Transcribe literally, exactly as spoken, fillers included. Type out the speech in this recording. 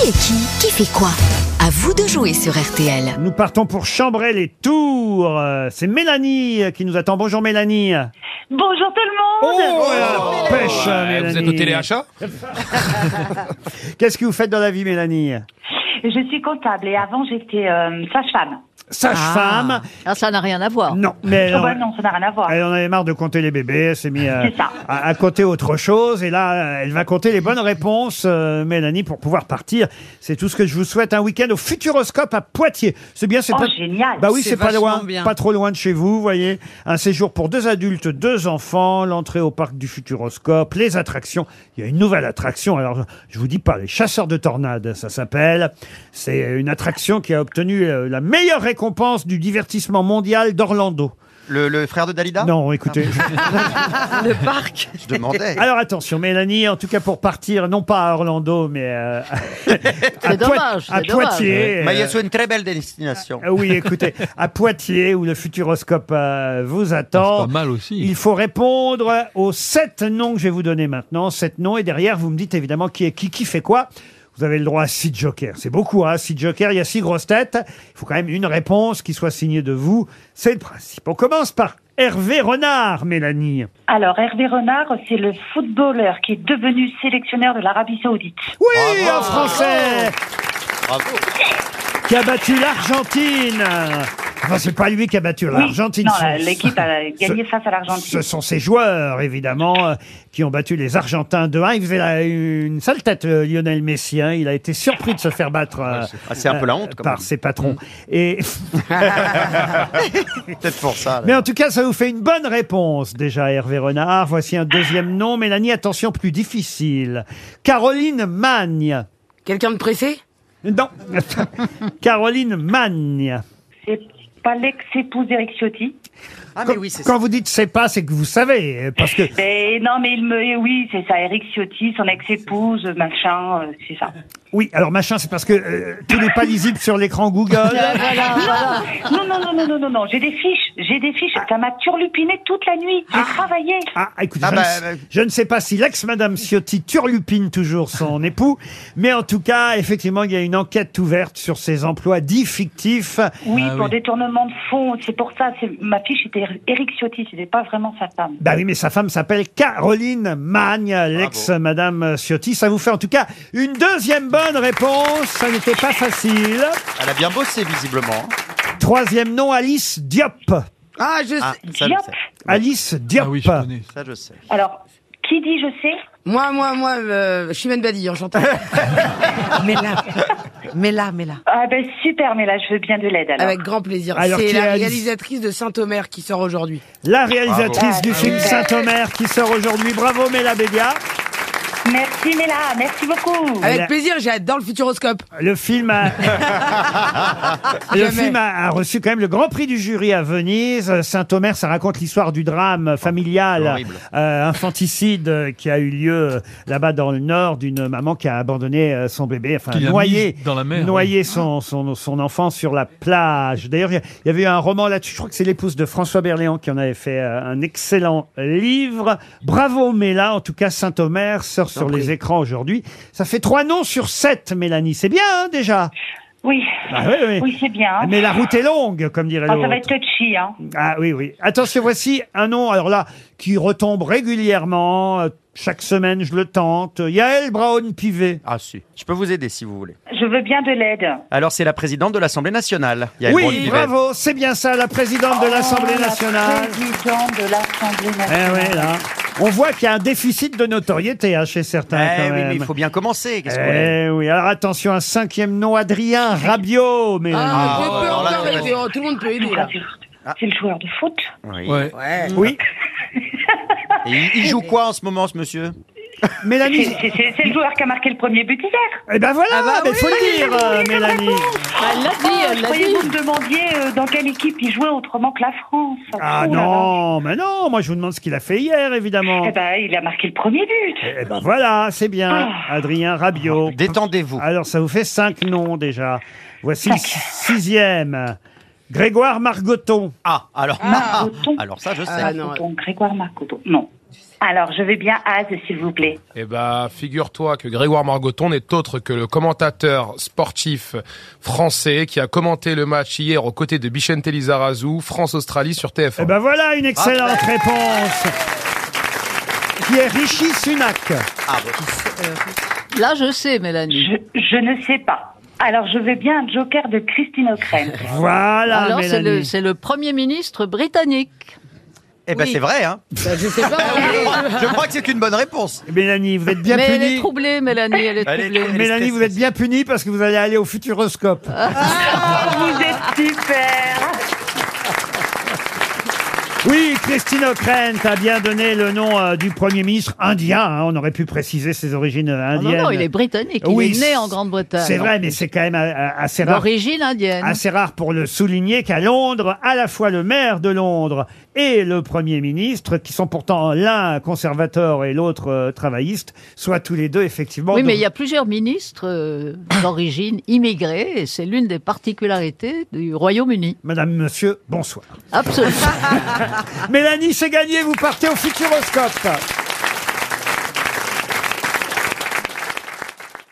Qui est qui? Qui fait quoi? À vous de jouer sur R T L. Nous partons pour Chambray-les-Tours. Euh, C'est Mélanie qui nous attend. Bonjour Mélanie. Bonjour tout le monde. Oh, la pêche, Ouais, Mélanie. vous êtes au téléachat? Qu'est-ce que vous faites dans la vie, Mélanie? Je suis comptable et avant j'étais euh, sage-femme. Sage-femme. Ah, ça n'a rien à voir. Non, mais Oh, non, bah non, ça n'a rien à voir. elle en avait marre de compter les bébés. Elle s'est mise à, C'est ça. à, à compter autre chose. Et là, elle va compter les bonnes réponses, euh, Mélanie, pour pouvoir partir. C'est tout ce que je vous souhaite. Un week-end au Futuroscope à Poitiers. C'est bien, c'est Oh, pas... génial. Bah oui, C'est c'est pas vachement loin, bien. pas trop loin de chez vous, vous voyez. Un séjour pour deux adultes, deux enfants, l'entrée au parc du Futuroscope, les attractions. Il y a une nouvelle attraction. Alors, je vous dis pas, les chasseurs de tornades, ça s'appelle. C'est une attraction qui a obtenu euh, la meilleure récompense du divertissement mondial d'Orlando. Le, le frère de Dalida? Non, écoutez. Le parc. Je demandais. Alors attention, Mélanie, en tout cas pour partir, non pas à Orlando, mais euh, à, dommage, à c'est dommage. Poitiers. Mais il y euh, a sur une très belle destination. Euh, Oui, écoutez, à Poitiers, où le Futuroscope euh, vous attend. C'est pas mal aussi. Il faut répondre aux sept noms que je vais vous donner maintenant. Sept noms, et derrière, vous me dites évidemment qui est qui, qui fait quoi. Vous avez le droit à six jokers. C'est beaucoup, hein, six jokers. Il y a six grosses têtes. Il faut quand même une réponse qui soit signée de vous. C'est le principe. On commence par Hervé Renard, Mélanie. Alors Hervé Renard, c'est le footballeur qui est devenu sélectionneur de l'Arabie Saoudite. Oui, Bravo. un Français Bravo. qui a battu l'Argentine. Enfin, c'est pas lui qui a battu l'Argentine. Non, ce- la- l'équipe a gagné ce- face à l'Argentine. Ce sont ces joueurs, évidemment, euh, qui ont battu les Argentins deux un. Il faisait la- une sale tête, euh, Lionel Messi. hein. Il a été surpris de se faire battre euh, Ah, c'est un peu la honte, quand par même. ses patrons. Et Peut-être pour ça. là. mais en tout cas, ça vous fait une bonne réponse déjà, Hervé Renard. Voici un deuxième nom. Mélanie, attention, plus difficile. Caroline Magne. Quelqu'un de pressé? Non. Caroline Magne. C'est pas l'ex-épouse d'Eric Ciotti. Ah, mais oui, c'est Quand ça. vous dites c'est pas, c'est que vous savez. Parce que Mais non, mais il me, oui, c'est ça, Eric Ciotti, son ex-épouse, machin, euh, c'est ça. oui, alors machin, c'est parce que euh, tout n'est pas lisible sur l'écran Google. Non, non, non, non, non, non, non, j'ai des fiches, j'ai des fiches. Ça m'a turlupiné toute la nuit. J'ai travaillé. Ah, écoutez, Ah je, bah, ne, bah. je ne sais pas si l'ex-madame Ciotti turlupine toujours son époux, mais en tout cas, effectivement, il y a une enquête ouverte sur ses emplois dits fictifs. Oui, Ah pour oui. détournement de fonds, c'est pour ça. C'est ma fiche était Eric Ciotti, c'était pas vraiment sa femme. Bah oui, mais sa femme s'appelle Caroline Magne, l'ex-madame Ciotti. Ça vous fait en tout cas une deuxième bonne réponse. Ça n'était pas facile. Elle a bien bossé, visiblement. hein. Troisième nom, Alice Diop. Ah, je sais. Ah, ça, je Diop. sais. Alice Diop. Ah oui, je connais. Ça, je sais. Alors, qui dit je sais? Moi, moi, moi, euh, Chimène Badi, enchanté. Mais là, mais là, mais là. Ah ben super, mais là je veux bien de l'aide alors. Avec grand plaisir. Alors, C'est qui est la Alice réalisatrice de Saint-Omer qui sort aujourd'hui. La réalisatrice Bravo. du film Ah, Saint-Omer qui sort aujourd'hui. Bravo, Méla Bédia. Merci Méla, merci beaucoup. Avec la- plaisir, j'adore le Futuroscope. Le film a, le Jamais. film a, a reçu quand même le grand prix du jury à Venise. Saint-Omer, ça raconte l'histoire du drame familial, Horrible. euh, infanticide euh, qui a eu lieu euh, là-bas dans le Nord d'une maman qui a abandonné euh, son bébé, enfin Qui l'a noyé, mise dans la mer, noyé oui. son, son, son enfant sur la plage. D'ailleurs, il y a- il y avait eu un roman là-dessus. Je crois que c'est l'épouse de François Berléand qui en avait fait euh, un excellent livre. Bravo, Méla. En tout cas, Saint-Omer sort sur prie. les écrans aujourd'hui. Ça fait trois noms sur sept, Mélanie. C'est bien, hein, déjà. Oui, Ah oui, oui. oui c'est bien. Mais la route est longue, comme dirait Ah, l'autre. ça va être touchy, hein. Ah oui, oui. Attention, voici un nom, alors là, qui retombe régulièrement. euh, Chaque semaine, je le tente. Yael Braun-Pivet. Ah, si. Je peux vous aider si vous voulez. Je veux bien de l'aide. Alors, c'est la présidente de l'Assemblée nationale. Yael Oui, Braun-Pivet. bravo, c'est bien ça, la présidente de l'Assemblée Oh, nationale. La présidente de l'Assemblée Eh nationale. ouais, là. On voit qu'il y a un déficit de notoriété hein, chez certains, Eh quand oui, mais même. il faut bien commencer. Qu'est-ce qu'on est Eh oui, alors attention, un cinquième nom, Adrien Rabiot. Mais Ah, j'ai oh, peur alors là, encore, vas-y. mais oh, tout le monde peut aider, là. C'est le joueur de foot. Oui. Ouais. Ouais. oui, Et il, il joue quoi en ce moment, ce monsieur? Mélanie. C'est c'est- c'est le joueur qui a marqué le premier but hier. Eh ben voilà, Ah bah mais oui, faut le dire, euh, Mélanie. Elle l'a dit, Oh, elle je l'a croyais dit. que vous me demandiez euh, dans quelle équipe il jouait autrement que la France. Ah Oh là là. non, mais non, moi je vous demande ce qu'il a fait hier, évidemment. Eh ben, il a marqué le premier but. Eh ben voilà, c'est bien, Ah. Adrien Rabiot. Détendez-vous. Alors ça vous fait cinq noms déjà. Voici le Cinq. sixième. Grégoire Margoton. Ah, alors. Margoton. Alors ça, je sais. Ah, non. Marcoton, Grégoire Marcoton. Non. Alors, je vais bien Az, s'il vous plaît. Eh ben, figure-toi que Grégoire Margoton n'est autre que le commentateur sportif français qui a commenté le match hier aux côtés de Bichente Lizarazu, France-Australie sur T F un. Eh ben voilà une excellente Ah, réponse. Qui est Rishi Sunak. Ah, bon. Là, je sais, Mélanie. Je, je ne sais pas. Alors, je veux bien un joker de Christine O'Krent. Voilà, Alors, c'est Mélanie. le, c'est le Premier ministre britannique. Eh ben, Oui. c'est vrai, hein. Bah, je sais pas. Je crois que c'est une bonne réponse. Mélanie, vous êtes bien Mais elle est punie. troublée, Mélanie, elle est Elle est troublée. troublée. Mélanie, vous êtes bien punie parce que vous allez aller au Futuroscope. Vous êtes super. Oui, Christine O'Krent a bien donné le nom euh, du Premier ministre indien. Hein, on aurait pu préciser ses origines euh, Ah non, indiennes. non, il est britannique. Il Oui, est né en Grande-Bretagne. C'est vrai, mais c'est quand même euh, assez rare. D'origine indienne. Assez rare pour le souligner qu'à Londres, à la fois le maire de Londres et le Premier ministre, qui sont pourtant l'un conservateur et l'autre euh, travailliste, soient tous les deux effectivement... Oui, mais d'or- il y a plusieurs ministres euh, d'origine immigrés et c'est l'une des particularités du Royaume-Uni. Madame, monsieur, bonsoir. Absolument. Mélanie, c'est gagné, vous partez au Futuroscope.